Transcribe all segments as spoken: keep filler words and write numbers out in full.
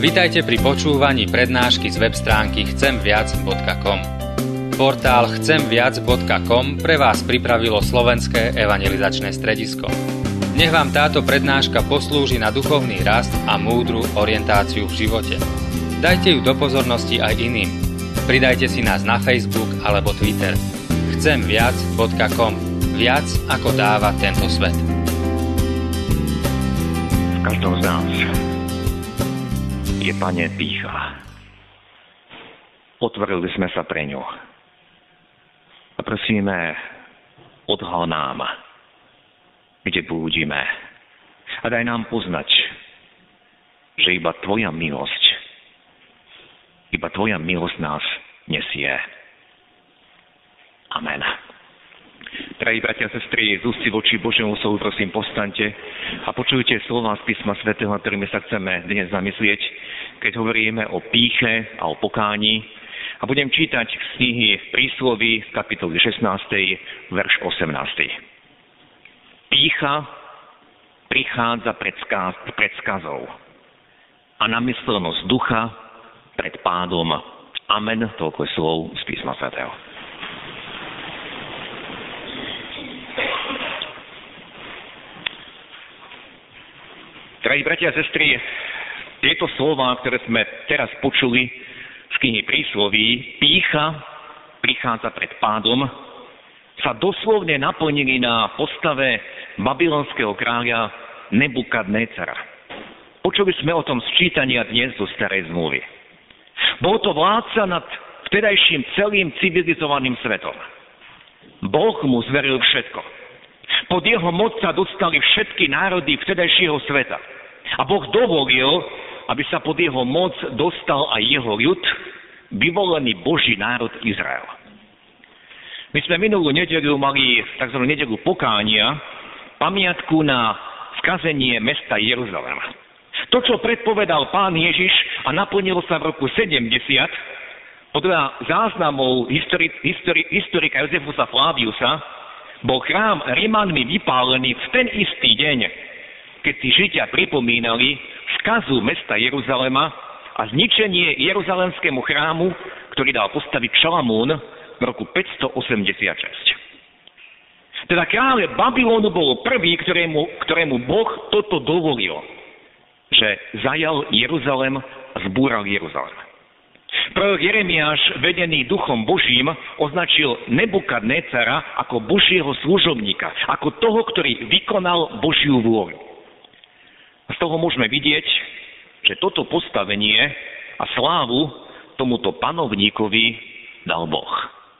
Vitajte pri počúvaní prednášky z web stránky chcem viac bodka com. Portál chcem viac bodka com pre vás pripravilo Slovenské evangelizačné stredisko. Nech vám táto prednáška poslúži na duchovný rast a múdru orientáciu v živote. Dajte ju do pozornosti aj iným. Pridajte si nás na Facebook alebo Twitter. chcem viac bodka com. Viac ako dáva tento svet. V každom z nás je, Pane, pýcha. Otvorili sme sa pre ňu. A prosíme, odhal nám, kde blúdime. A daj nám poznať, že iba Tvoja milosť, iba Tvoja milosť nás nesie. Amen. Drahí bratia a sestry, z úcty voči Božiemu slovu, prosím, povstaňte a počujte slova z písma svätého, nad ktorými sa chceme dnes zamyslieť, keď hovoríme o pýche a o pokání. A budem čítať z knihy Prísloví z kapitoly šestnástej, verš osemnásty. Pýcha prichádza pred, skaz, pred skazou a namyslenosť ducha pred pádom. Amen, toľko je slov z písma svätého. Drahí bratia a sestry, tieto slová, ktoré sme teraz počuli z knihy Prísloví, pýcha prichádza pred pádom, sa doslovne naplnili na postave babylonského kráľa Nebukadnécara. Počuli sme o tom sčítania dnes zo Starej zmluvy. Bol to vládca nad vtedajším celým civilizovaným svetom. Boh mu zveril všetko. Pod jeho moc sa dostali všetky národy vtedajšieho sveta. A Boh dovolil, aby sa pod jeho moc dostal aj jeho ľud, vyvolený Boží národ Izrael. My sme minulú nedeľu mali tzv. Nedeľu pokánia, pamiatku na skazenie mesta Jeruzalema. To, čo predpovedal Pán Ježiš a naplnilo sa v roku sedemdesiat, podľa záznamov histori- histori- historika Jozefusa Flaviusa, bol chrám Rimanmi vypálený v ten istý deň, keď si Židia pripomínali skazu mesta Jeruzalema a zničenie Jeruzalemskému chrámu, ktorý dal postaviť Šalamún v roku päťstoosemdesiatšesť. Teda kráľ Babylonu bol prvý, ktorému, ktorému Boh toto dovolil, že zajal Jeruzalem a zbúral Jeruzalem. Prorok Jeremiáš, vedený duchom Božím, označil Nebukadnécara ako Božieho služobníka, ako toho, ktorý vykonal Božiu vôľu. Z toho môžeme vidieť, že toto postavenie a slávu tomuto panovníkovi dal Boh.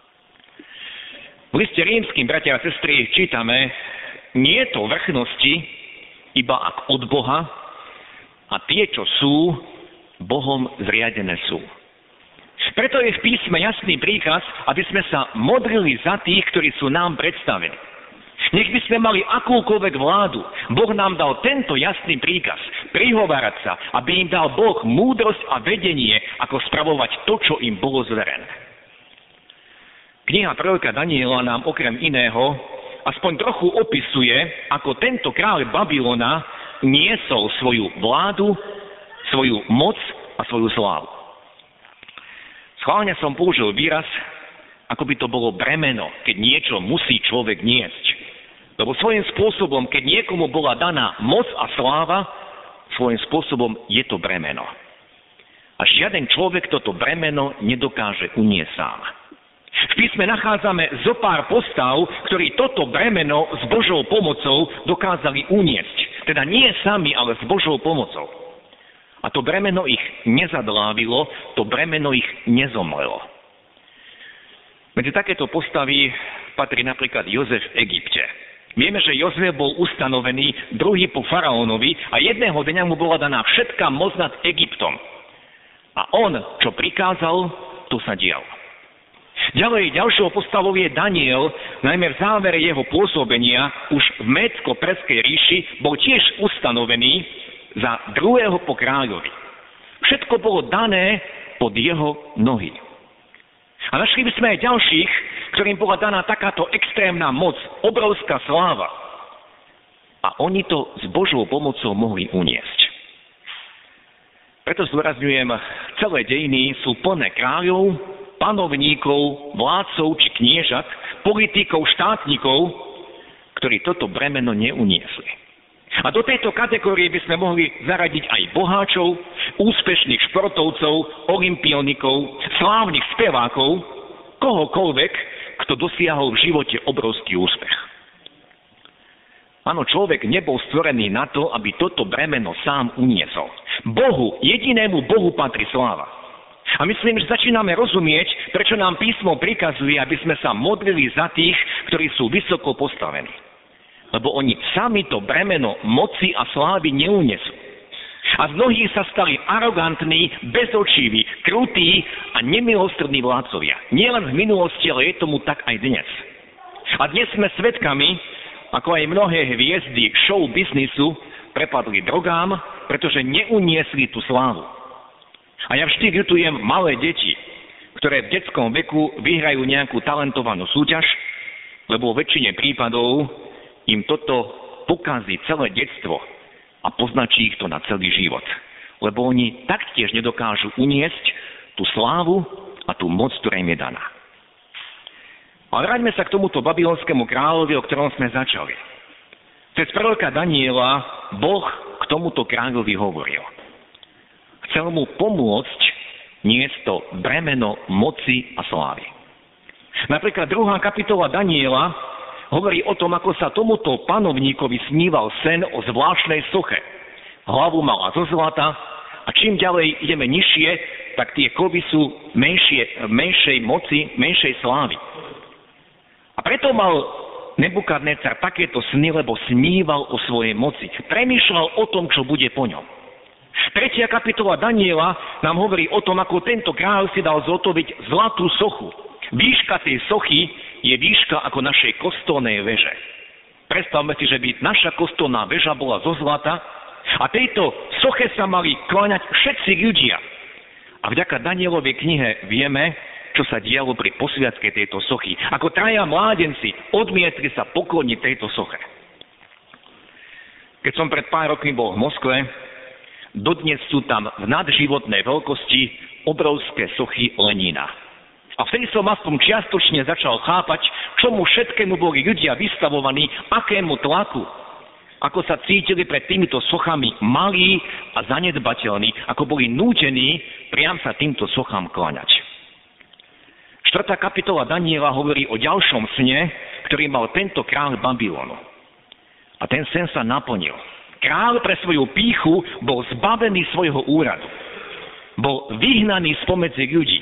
V liste rímskym, bratia a sestry, čítame, nie je to vrchnosti, iba ak od Boha, a tie, čo sú, Bohom zriadené sú. Preto je v písme jasný príkaz, aby sme sa modlili za tých, ktorí sú nám predstavení. Nech by sme mali akúkoľvek vládu, Boh nám dal tento jasný príkaz, prihovárať sa, aby im dal Boh múdrosť a vedenie, ako spravovať to, čo im bolo zverené. Kniha proroka Daniela nám okrem iného aspoň trochu opisuje, ako tento kráľ Babylona niesol svoju vládu, svoju moc a svoju slávu. Schválne som použil výraz, ako by to bolo bremeno, keď niečo musí človek niesť. Lebo svojím spôsobom, keď niekomu bola daná moc a sláva, svojím spôsobom je to bremeno. A žiaden človek toto bremeno nedokáže uniesť sám. V písme nachádzame zo pár postav, ktorí toto bremeno s Božou pomocou dokázali uniesť. Teda nie sami, ale s Božou pomocou. A to bremeno ich nezadlávilo, to bremeno ich nezomlelo. Medzi takéto postavy patrí napríklad Jozef v Egypte. Vieme, že Jozef bol ustanovený druhý po faraónovi a jedného dňa mu bola daná všetká moc nad Egyptom. A on, čo prikázal, to sa dialo. Ďalej, ďalšou postavou je Daniel, najmä v závere jeho pôsobenia už v Médsko-Perskej ríši bol tiež ustanovený za druhého po kráľovi. Všetko bolo dané pod jeho nohy. A našli by sme aj ďalších, ktorým bola daná takáto extrémna moc, obrovská sláva. A oni to s Božou pomocou mohli uniesť. Preto zdôrazňujem, celé dejiny sú plné kráľov, panovníkov, vládcov či kniežat, politikov, štátnikov, ktorí toto bremeno neuniesli. A do tejto kategórie by sme mohli zaradiť aj boháčov, úspešných športovcov, olympionikov, slávnych spevákov, kohokoľvek, kto dosiahol v živote obrovský úspech. Áno, človek nebol stvorený na to, aby toto bremeno sám uniesol. Bohu, jedinému Bohu patrí sláva. A myslím, že začíname rozumieť, prečo nám písmo prikazuje, aby sme sa modlili za tých, ktorí sú vysoko postavení. Lebo oni sami to bremeno moci a slávy neuniesú. A z mnohých sa stali arogantní, bezočiví, krutí a nemilostrdní vládcovia. Nielen v minulosti, ale je tomu tak aj dnes. A dnes sme svedkami, ako aj mnohé hviezdy show biznisu prepadli drogám, pretože neuniesli tú slávu. A ja vždy ľutujem malé deti, ktoré v detskom veku vyhrajú nejakú talentovanú súťaž, lebo vo väčšine prípadov im toto pokazí celé detstvo a poznačí ich to na celý život. Lebo oni taktiež nedokážu uniesť tú slávu a tú moc, ktorá im je daná. Ale vráťme sa k tomuto babylonskému kráľovi, o ktorom sme začali. Cez proroka Daniela Boh k tomuto kráľovi hovoril. Chcel mu pomôcť niesť to bremeno moci a slávy. Napríklad druhá kapitola Daniela hovorí o tom, ako sa tomuto panovníkovi sníval sen o zvláštnej soche. Hlavu mala zo zlata a čím ďalej ideme nižšie, tak tie kovy sú menšie, menšej moci, menšej slávy. A preto mal Nebukadnecar takéto sny, lebo sníval o svojej moci. Premýšľal o tom, čo bude po ňom. Tretia kapitola Daniela nám hovorí o tom, ako tento kráľ si dal zhotoviť zlatú sochu. Výška tej sochy je výška ako našej kostolnej veže. Predstavme si, že by naša kostolná veža bola zo zlata a tejto soche sa mali kláňať všetci ľudia. A vďaka Danielovej knihe vieme, čo sa dialo pri posviacke tejto sochy. Ako traja mládenci odmietli sa pokloniť tejto soche. Keď som pred pár rokmi bol v Moskve, dodnes sú tam v nadživotnej veľkosti obrovské sochy Lenina. A vtedy som aspoň čiastočne začal chápať, čomu všetkému boli ľudia vystavovaní, akému tlaku. Ako sa cítili pred týmito sochami malí a zanedbateľní, ako boli nútení priam sa týmto sochám kláňať. Štvrtá kapitola Daniela hovorí o ďalšom sne, ktorý mal tento kráľ Babylonu. A ten sen sa naplnil. Kráľ pre svoju pýchu bol zbavený svojho úradu. Bol vyhnaný spomedzi ľudí.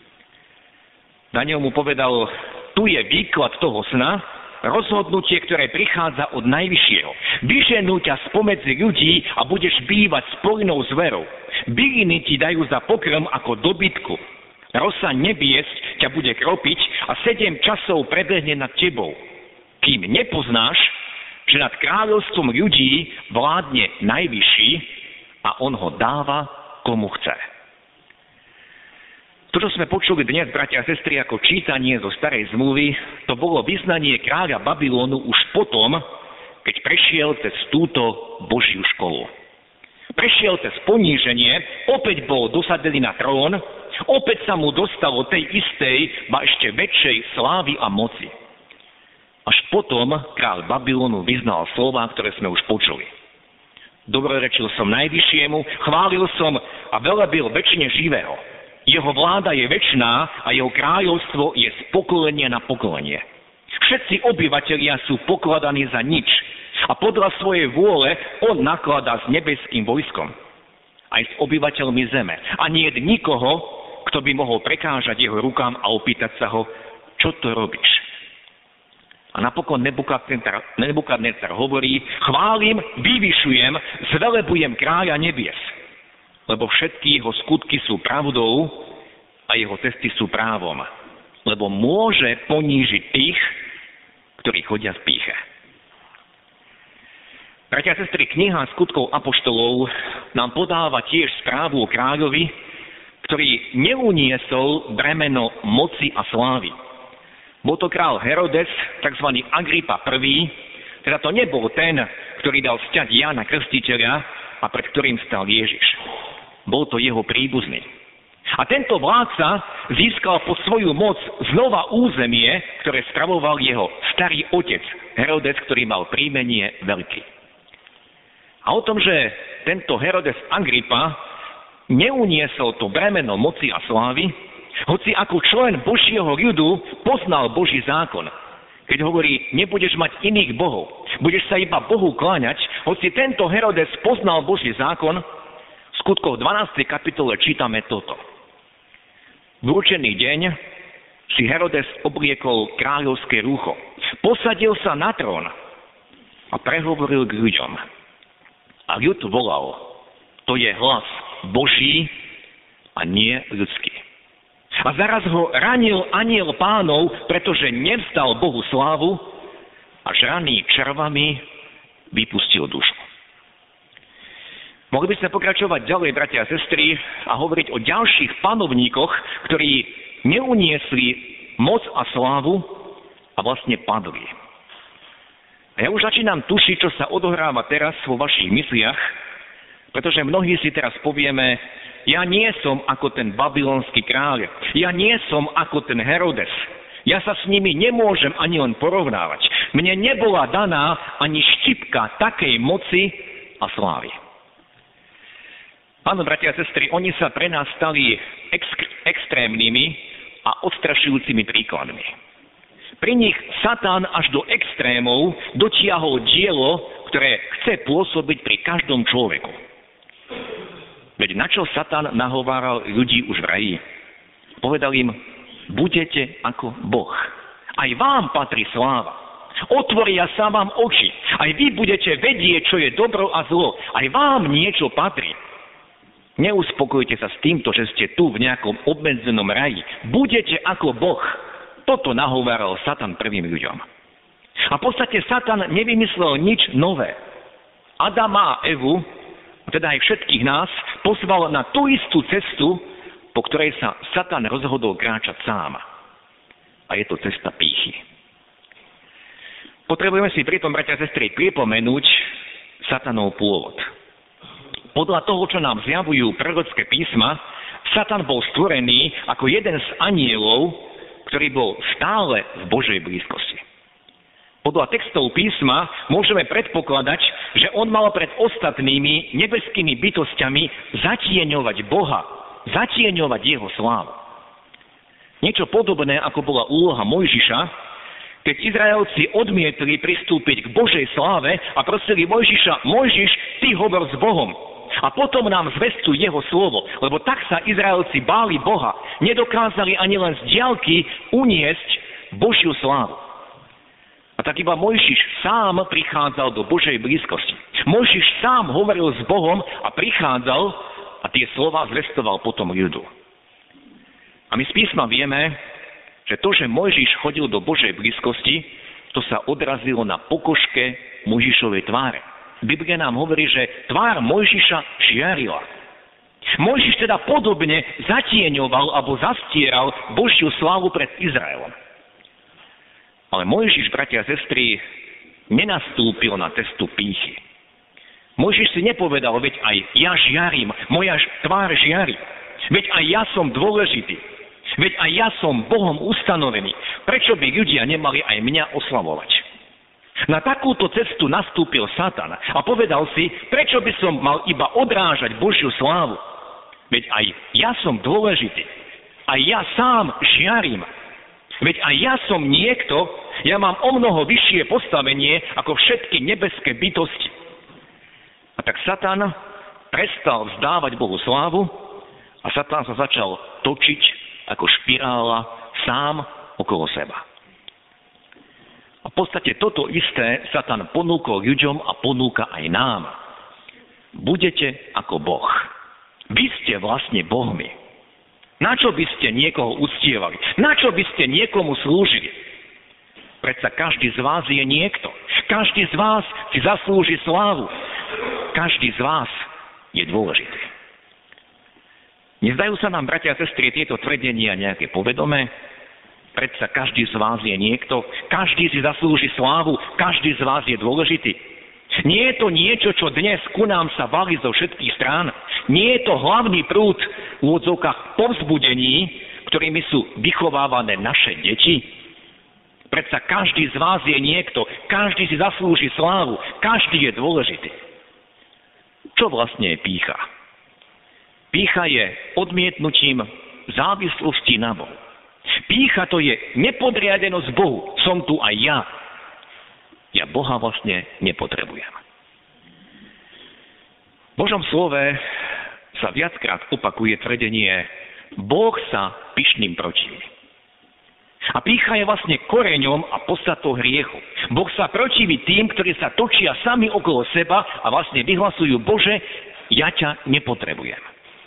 Daniel mu povedal, tu je výklad toho sna, rozhodnutie, ktoré prichádza od Najvyššieho. Vyženú ťa spomedzi ľudí a budeš bývať s pojnou zverou. Byliny ti dajú za pokrm ako dobytku. Rosa nebies ťa bude kropiť a sedem časov prebehne nad tebou. Kým nepoznáš, že nad kráľovstvom ľudí vládne Najvyšší a on ho dáva, komu chce. To, čo sme počuli dnes, bratia a sestry, ako čítanie zo Starej zmluvy, to bolo vyznanie kráľa Babylonu už potom, keď prešiel cez túto Božiu školu. Prešiel cez poníženie, opäť bol dosadený na trón, opäť sa mu dostalo tej istej, ba ešte väčšej slávy a moci. Až potom kráľ Babylonu vyznal slová, ktoré sme už počuli. Dobrorečil som Najvyššiemu, chválil som a velebil väčšine živého. Jeho vláda je večná a jeho kráľovstvo je z pokolenia na pokolenie. Všetci obyvatelia sú pokladaní za nič a podľa svojej vôle on nakladá s nebeským vojskom. Aj s obyvateľmi zeme. A nie je nikoho, kto by mohol prekážať jeho rukám a opýtať sa ho, čo to robíš. A napokon Nebukadnecar, Nebukadnecar hovorí, chválim, vyvyšujem, zvelebujem kráľa nebies. Lebo všetky jeho skutky sú pravdou a jeho cesty sú právom. Lebo môže ponížiť tých, ktorí chodia v pýche. Bratia a sestry, kniha skutkov apoštolov nám podáva tiež správu o kráľovi, ktorý neuniesol bremeno moci a slávy. Bol to král Herodes, tzv. Agripa I. Teda to nebol ten, ktorý dal sťať Jána Krstiteľa a pred ktorým stal Ježiš. bol to jeho príbuzný. A tento vládca získal pod svoju moc znova územie, ktoré spravoval jeho starý otec, Herodes, ktorý mal príjmenie Veľký. A o tom, že tento Herodes Agrippa neuniesol to bremeno moci a slávy, hoci ako člen Božieho ľudu poznal Boží zákon. Keď hovorí, nebudeš mať iných bohov, budeš sa iba Bohu kláňať, hoci tento Herodes poznal Boží zákon, v skutkoch dvanástej kapitole čítame toto. V určený deň si Herodes obliekol kráľovské rúcho, posadil sa na trón a prehovoril k ľuďom. A ľud volal, to je hlas Boží a nie ľudský. A zaraz ho ranil anjel Pánov, pretože nevzdal Bohu slávu a žraný červami vypustil dušu. Mohli by sme pokračovať ďalej, bratia a sestry, a hovoriť o ďalších panovníkoch, ktorí neuniesli moc a slávu a vlastne padli. A ja už začínam tušiť, čo sa odohráva teraz vo vašich mysliach, pretože mnohí si teraz povieme, ja nie som ako ten babylonský kráľ, ja nie som ako ten Herodes, ja sa s nimi nemôžem ani len porovnávať. Mne nebola daná ani štipka takej moci a slávy. Áno, bratia a sestry, oni sa pre nás stali ex- extrémnymi a odstrašujúcimi príkladmi. Pri nich Satan až do extrémov dotiahol dielo, ktoré chce pôsobiť pri každom človeku. Veď na čo Satan nahováral ľudí už v raji? Povedal im, budete ako Boh. Aj vám patrí sláva. Otvoria sa vám oči. Aj vy budete vedieť, čo je dobro a zlo. Aj vám niečo patrí. Neuspokojte sa s týmto, že ste tu v nejakom obmedzenom raji. Budete ako Boh. Toto nahováral Satan prvým ľuďom. A v podstate Satan nevymyslel nič nové. Adama a Evu, teda aj všetkých nás, pozval na tú istú cestu, po ktorej sa Satan rozhodol kráčať sám. A je to cesta pýchy. Potrebujeme si pritom, bratia a sestry, pripomenúť Satanov pôvod. Podľa toho, čo nám zjavujú prorocké písma, Satan bol stvorený ako jeden z anjelov, ktorý bol stále v Božej blízkosti. Podľa textov písma môžeme predpokladať, že on mal pred ostatnými nebeskými bytostiami zatieňovať Boha, zatieňovať jeho slávu. Niečo podobné, ako bola úloha Mojžiša, keď Izraelci odmietli pristúpiť k Božej sláve a prosili Mojžiša, Mojžiš, ty hovor s Bohom. A potom nám zvestuj jeho slovo, lebo tak sa Izraelci báli Boha. Nedokázali ani len z diaľky uniesť Božiu slávu. A tak iba Mojžiš sám prichádzal do Božej blízkosti. Mojžiš sám hovoril s Bohom a prichádzal a tie slova zvestoval potom ľudu. A my z písma vieme, že to, že Mojžiš chodil do Božej blízkosti, to sa odrazilo na pokožke Mojžišovej tváre. Biblia nám hovorí, že tvár Mojžiša žiarila. Mojžiš teda podobne zatieňoval alebo zastieral Božiu slávu pred Izraelom. Ale Mojžiš, bratia a sestry, nenastúpil na cestu pýchy. Mojžiš si nepovedal, veď aj ja žiarím, moja tvár žiari. Veď aj ja som dôležitý. Veď aj ja som Bohom ustanovený. Prečo by ľudia nemali aj mňa oslavovať? Na takúto cestu nastúpil Satan a povedal si, prečo by som mal iba odrážať Božiu slávu? Veď aj ja som dôležitý. Aj ja sám žiarím. Veď aj ja som niekto, ja mám o mnoho vyššie postavenie ako všetky nebeské bytosti. A tak Satan prestal vzdávať Bohu slávu a Satan sa začal točiť ako špirála sám okolo seba. A v podstate toto isté Satan ponúkol ľuďom a ponúka aj nám. Budete ako Boh. Vy ste vlastne bohmi. Na čo by ste niekoho uctievali? Na čo by ste niekomu slúžili? Predsa každý z vás je niekto. Každý z vás si zaslúži slávu. Každý z vás je dôležitý. Nezdajú sa nám, bratia a sestry, tieto tvrdenia nejaké povedomé? Predsa každý z vás je niekto, každý si zaslúži slávu, každý z vás je dôležitý. Nie je to niečo, čo dnes ku nám sa valí zo všetkých strán. Nie je to hlavný prúd v úvodzovkách povzbudení, ktorými sú vychovávané naše deti. Predsa každý z vás je niekto, každý si zaslúži slávu, každý je dôležitý. Čo vlastne je pýcha? Pýcha je odmietnutím závislosti na Bohu. Pýcha to je nepodriadenosť Bohu. Som tu aj ja. Ja Boha vlastne nepotrebujem. V Božom slove sa viackrát opakuje tvrdenie Boh sa pyšným protiví. A pýcha je vlastne koreňom a podstatou hriechu. Boh sa protiví tým, ktorí sa točia sami okolo seba a vlastne vyhlasujú Bože, ja ťa nepotrebujem.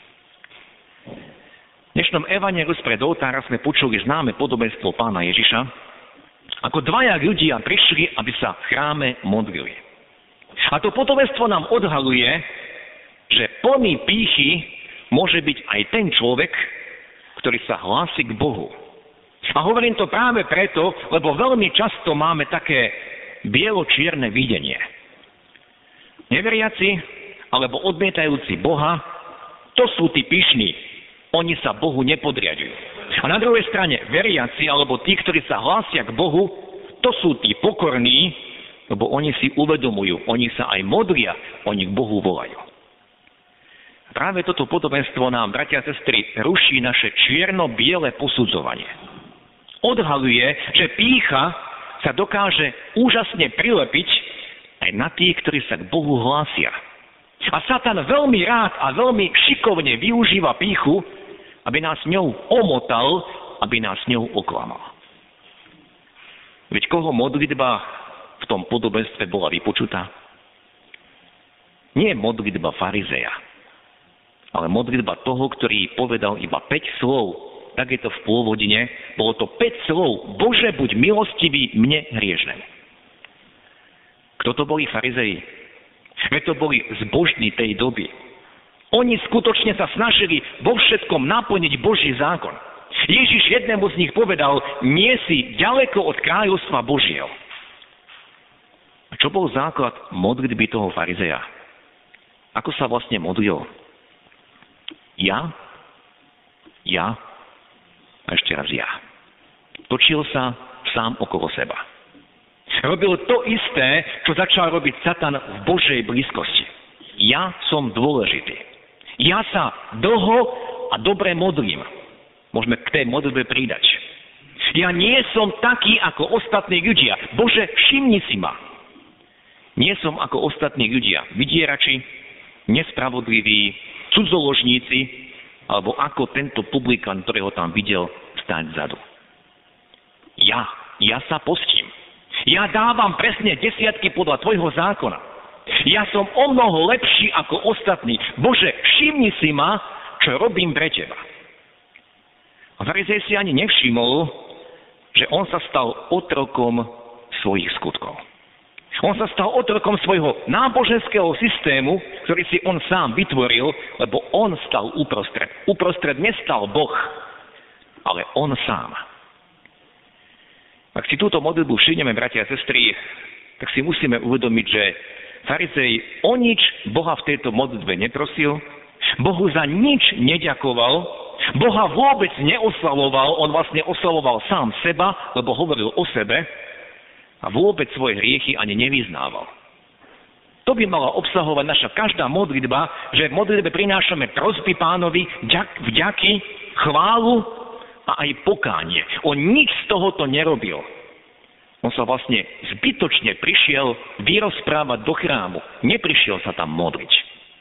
V dnešnom evanjeliu spred oltára sme počuli známe podobenstvo Pána Ježiša, ako dvaja ľudia prišli, aby sa v chráme modlili. A to podobenstvo nám odhaluje, že plný pýchy môže byť aj ten človek, ktorý sa hlási k Bohu. A hovorím to práve preto, lebo veľmi často máme také bielo-čierne videnie. Neveriaci alebo odmietajúci Boha, to sú tí pyšní. Oni sa Bohu nepodriadujú. A na druhej strane veriaci, alebo tí, ktorí sa hlásia k Bohu, to sú tí pokorní, lebo oni si uvedomujú, oni sa aj modlia, oni k Bohu volajú. Práve toto podobenstvo nám, bratia a sestry, ruší naše čierno-biele posudzovanie. Odhaluje, že pýcha sa dokáže úžasne prilepiť aj na tých, ktorí sa k Bohu hlásia. A Satan veľmi rád a veľmi šikovne využíva pýchu, aby nás ňou omotal, aby nás ňou oklamal. Veď koho modlitba v tom podobenstve bola vypočutá? Nie modlitba farizeja, ale modlitba toho, ktorý povedal iba päť slov. Tak je to v pôvodine. Bolo to päť slov. Bože, buď milostivý mne hriešnemu. Kto to boli farizei? Veď to boli zbožní tej doby. Oni skutočne sa snažili vo všetkom naplniť Boží zákon. Ježiš jednému z nich povedal, nie si ďaleko od kráľovstva Božieho. A čo bol základ modlitby toho farizeja? Ako sa vlastne modlil? Ja, ja a ešte raz ja. Točil sa sám okolo seba. Robil to isté, čo začal robiť Satan v Božej blízkosti. Ja som dôležitý. Ja sa dlho a dobre modlím. Môžeme k tej modlitbe pridať. Ja nie som taký ako ostatní ľudia. Bože, všimni si ma. Nie som ako ostatní ľudia. Vydierači, nespravodliví, cudzoložníci, alebo ako tento publikant, ktorého tam videl stáť vzadu. Ja, ja sa postím. Ja dávam presne desiatky podľa tvojho zákona. Ja som o mnoho lepší ako ostatní. Bože, všimni si ma, čo robím pre teba. A farizej si ani nevšimol, že on sa stal otrokom svojich skutkov. On sa stal otrokom svojho náboženského systému, ktorý si on sám vytvoril, lebo on stal uprostred. Uprostred nestal Boh, ale on sám. Ak si túto modlitbu všimneme, bratia a sestry, tak si musíme uvedomiť, že farizej o nič Boha v tejto modlitbe neprosil, Bohu za nič neďakoval, Boha vôbec neoslavoval, on vlastne oslavoval sám seba, lebo hovoril o sebe a vôbec svoje hriechy ani nevyznával. To by mala obsahovať naša každá modlitba, že v modlitbe prinášame prosby Pánovi, vďaky, chválu a aj pokánie. On nič z tohoto nerobil. On sa vlastne zbytočne prišiel vyrozprávať do chrámu. Neprišiel sa tam modliť.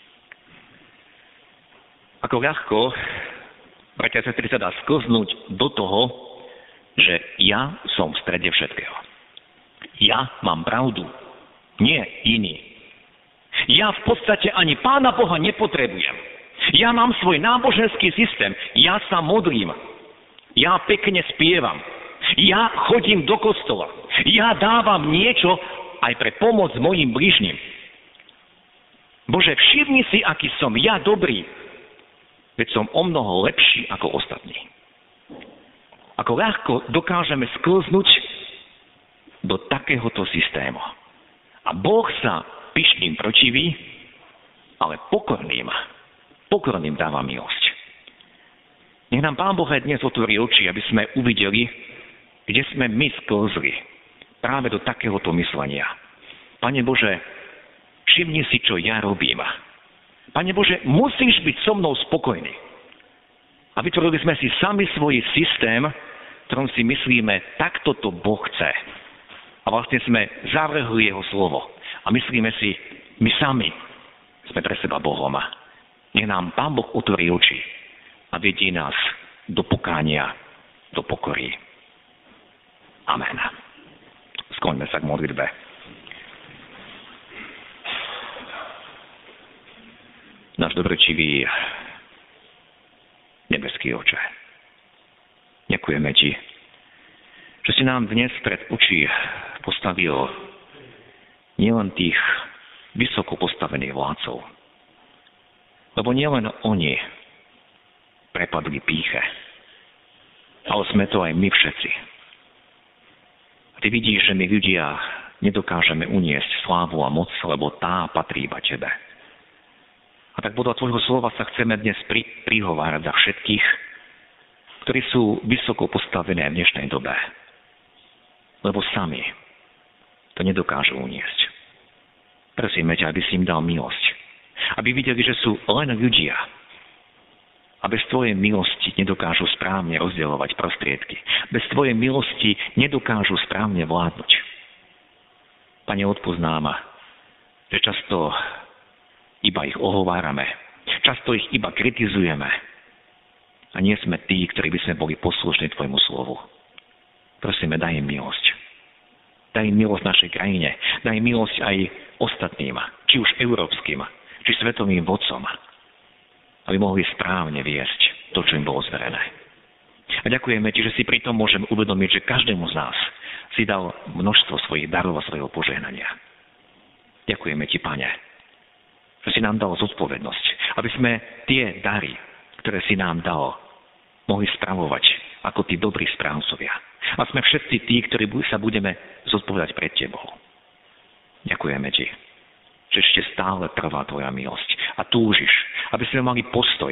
Ako ľahko, bratia a sestry, sa dá sklznúť do toho, že ja som v strede všetkého. Ja mám pravdu, nie iný. Ja v podstate ani Pána Boha nepotrebujem. Ja mám svoj náboženský systém. Ja sa modlím. Ja pekne spievam. Ja chodím do kostola. Ja dávam niečo aj pre pomoc mojim bližným. Bože, všimni si, aký som ja dobrý. Veď som o mnoho lepší ako ostatní. Ako ľahko dokážeme sklznúť do takéhoto systému. A Boh sa pyšným protiví, ale pokorným, pokorným dáva milosť. Nech nám Pán Boh aj dnes otvorí oči, aby sme uvideli, kde sme my sklzli práve do takéhoto myslenia. Pane Bože, všimni si, čo ja robím. Pane Bože, musíš byť so mnou spokojný. A vytvorili sme si sami svoj systém, v ktorom si myslíme, takto to Boh chce. A vlastne sme zavrhli jeho slovo. A myslíme si, my sami sme pre seba Bohom. Nech nám Pán Boh otvorí oči a vedie nás do pokánia, do pokory. Amen. Skloňme sa k modlitbe. Náš dobrečivý nebeský Oče, ďakujeme Ti, že si nám dnes pred oči postavil nielen tých vysoko postavených vládcov, lebo nielen oni prepadli pýche, ale sme to aj my všetci. A Ty vidíš, že my ľudia nedokážeme uniesť slávu a moc, lebo tá patrí iba Tebe. A tak podľa Tvojho slova sa chceme dnes pri, prihovárať za všetkých, ktorí sú vysoko postavené v dnešnej dobe. Lebo sami to nedokážu uniesť. Prosíme ťa, aby si im dal milosť. Aby videli, že sú len ľudia. A bez Tvojej milosti nedokážu správne rozdeľovať prostriedky. Bez Tvojej milosti nedokážu správne vládnuť. Pane, odpusť nám, že často iba ich ohovárame. Často ich iba kritizujeme. A nie sme tí, ktorí by sme boli poslušní Tvojmu slovu. Prosíme, daj im milosť. Daj im milosť našej krajine. Daj milosť aj ostatným, či už európskym, či svetovým vodcom, aby mohli správne viesť to, čo im bolo zverené. A ďakujeme Ti, že si pritom môžeme uvedomiť, že každému z nás si dal množstvo svojich darov a svojho požehnania. Ďakujeme Ti, Pane, že si nám dal zodpovednosť, aby sme tie dary, ktoré si nám dal, mohli spravovať ako tí dobrí správcovia. A sme všetci tí, ktorí sa budeme zodpovedať pred Tebou. Ďakujeme Ti, že ešte stále trvá Tvoja milosť a túžiš, aby sme mali postoj.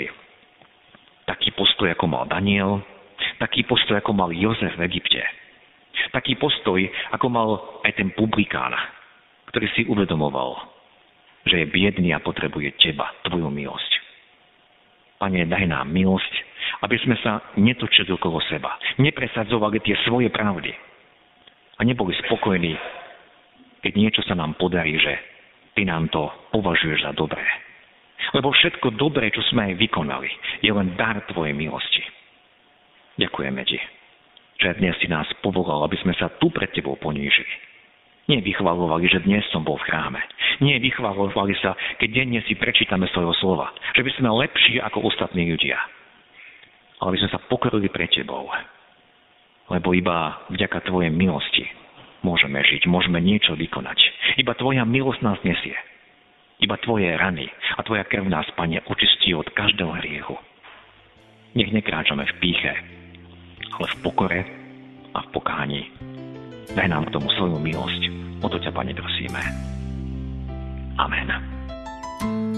Taký postoj, ako mal Daniel, taký postoj, ako mal Jozef v Egypte. Taký postoj, ako mal aj ten publikán, ktorý si uvedomoval, že je biedný a potrebuje Teba, Tvoju milosť. Pane, daj nám milosť, aby sme sa netočili okolo seba, nepresadzovali tie svoje pravdy a neboli spokojní, keď niečo sa nám podarí, že Ty nám to považuješ za dobré. Lebo všetko dobré, čo sme aj vykonali, je len dar Tvojej milosti. Ďakujeme Ti, že dnes si nás povolal, aby sme sa tu pred Tebou ponížili. Nie vychvalovali, že dnes som bol v chráme. Nie vychvalovali sa, keď denne si prečítame svojho slova. Že by sme lepší ako ostatní ľudia. Ale by sme sa pokorili pred Tebou. Lebo iba vďaka Tvojej milosti môžeme žiť, môžeme niečo vykonať. Iba Tvoja milosť nás nesie. Iba Tvoje rany a Tvoja krv nás, Pane, očistí od každého hriechu. Nech nekráčame v pýche, ale v pokore a v pokáni. Daj nám k tomu svoju milosť. O to ťa, Pane, prosíme. Amen.